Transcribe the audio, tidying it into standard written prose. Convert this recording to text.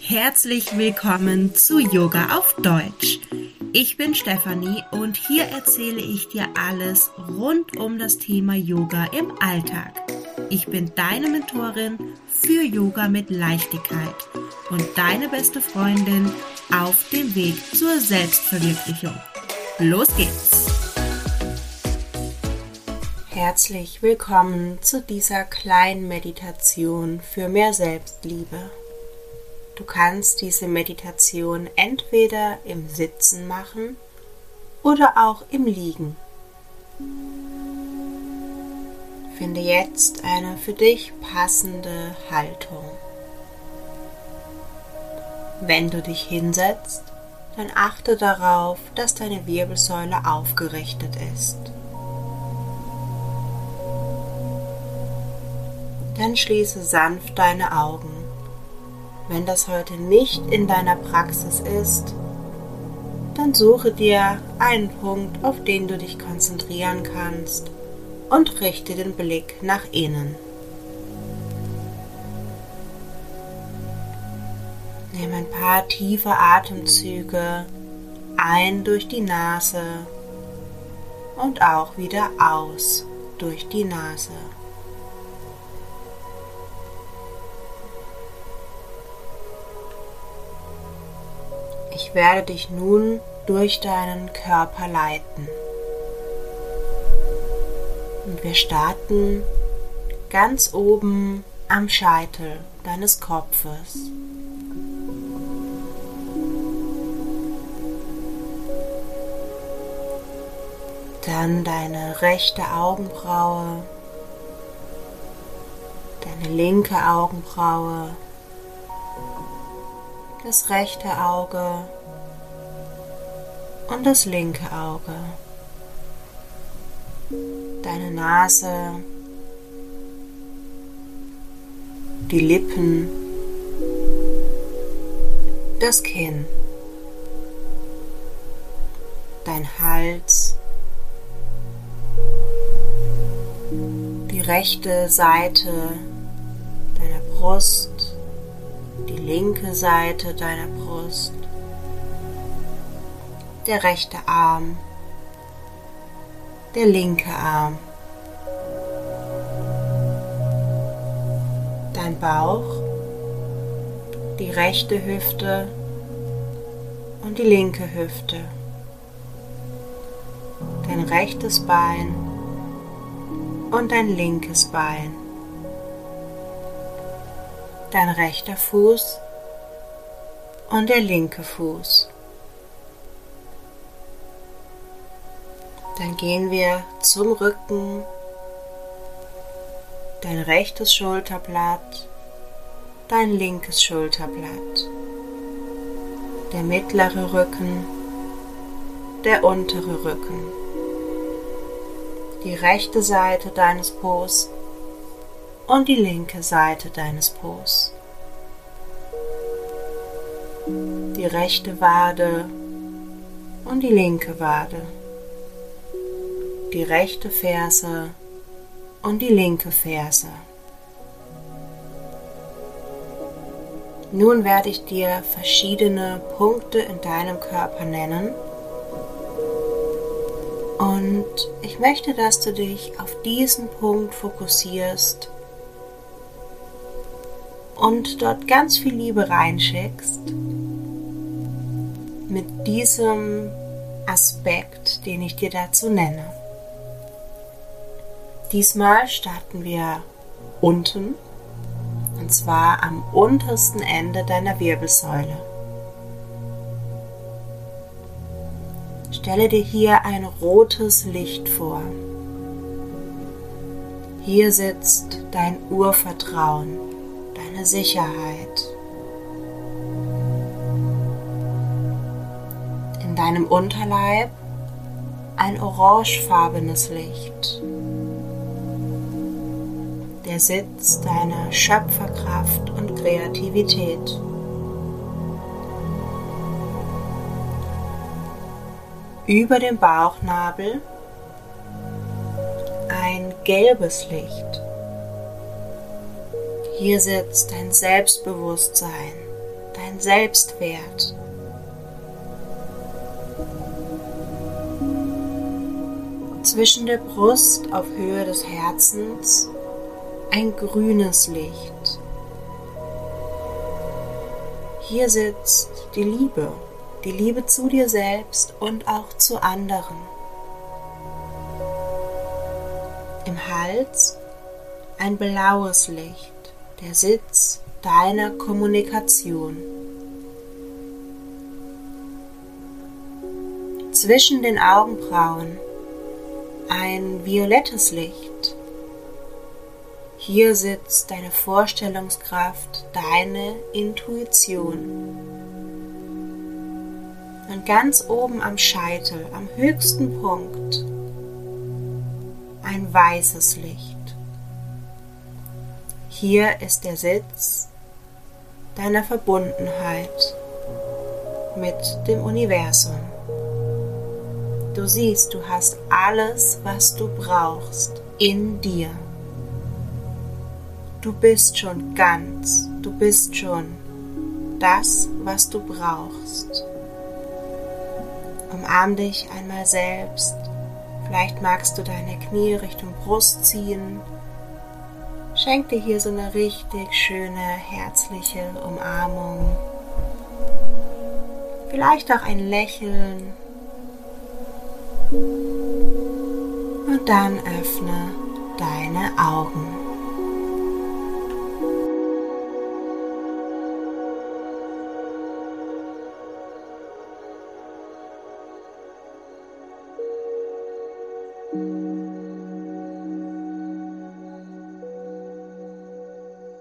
Herzlich willkommen zu Yoga auf Deutsch. Ich bin Stefanie und hier erzähle ich dir alles rund um das Thema Yoga im Alltag. Ich bin deine Mentorin für Yoga mit Leichtigkeit und deine beste Freundin auf dem Weg zur Selbstverwirklichung. Los geht's! Herzlich willkommen zu dieser kleinen Meditation für mehr Selbstliebe. Du kannst diese Meditation entweder im Sitzen machen oder auch im Liegen. Finde jetzt eine für dich passende Haltung. Wenn du dich hinsetzt, dann achte darauf, dass deine Wirbelsäule aufgerichtet ist. Dann schließe sanft deine Augen. Wenn das heute nicht in deiner Praxis ist, dann suche dir einen Punkt, auf den du dich konzentrieren kannst und richte den Blick nach innen. Nimm ein paar tiefe Atemzüge ein durch die Nase und auch wieder aus durch die Nase. Ich werde dich nun durch deinen Körper leiten. Und wir starten ganz oben am Scheitel deines Kopfes. Dann deine rechte Augenbraue, deine linke Augenbraue, das rechte Auge und das linke Auge, deine Nase, die Lippen, das Kinn, dein Hals, die rechte Seite deiner Brust, die linke Seite deiner Brust, der rechte Arm, der linke Arm, dein Bauch, die rechte Hüfte und die linke Hüfte, dein rechtes Bein und dein linkes Bein, dein rechter Fuß und der linke Fuß. Dann gehen wir zum Rücken, dein rechtes Schulterblatt, dein linkes Schulterblatt, der mittlere Rücken, der untere Rücken, die rechte Seite deines Po und die linke Seite deines Po, die rechte Wade und die linke Wade, die rechte Ferse und die linke Ferse. Nun werde ich dir verschiedene Punkte in deinem Körper nennen und ich möchte, dass du dich auf diesen Punkt fokussierst und dort ganz viel Liebe reinschickst mit diesem Aspekt, den ich dir dazu nenne. Diesmal starten wir unten, und zwar am untersten Ende deiner Wirbelsäule. Stelle dir hier ein rotes Licht vor. Hier sitzt dein Urvertrauen, deine Sicherheit. In deinem Unterleib ein orangefarbenes Licht. Der Sitz deiner Schöpferkraft und Kreativität. Über dem Bauchnabel ein gelbes Licht. Hier sitzt dein Selbstbewusstsein, dein Selbstwert. Zwischen der Brust auf Höhe des Herzens ein grünes Licht. Hier sitzt die Liebe zu dir selbst und auch zu anderen. Im Hals ein blaues Licht, der Sitz deiner Kommunikation. Zwischen den Augenbrauen ein violettes Licht. Hier sitzt deine Vorstellungskraft, deine Intuition. Und ganz oben am Scheitel, am höchsten Punkt, ein weißes Licht. Hier ist der Sitz deiner Verbundenheit mit dem Universum. Du siehst, du hast alles, was du brauchst, in dir. Du bist schon ganz, du bist schon das, was du brauchst. Umarm dich einmal selbst. Vielleicht magst du deine Knie Richtung Brust ziehen. Schenk dir hier so eine richtig schöne, herzliche Umarmung. Vielleicht auch ein Lächeln. Und dann öffne deine Augen.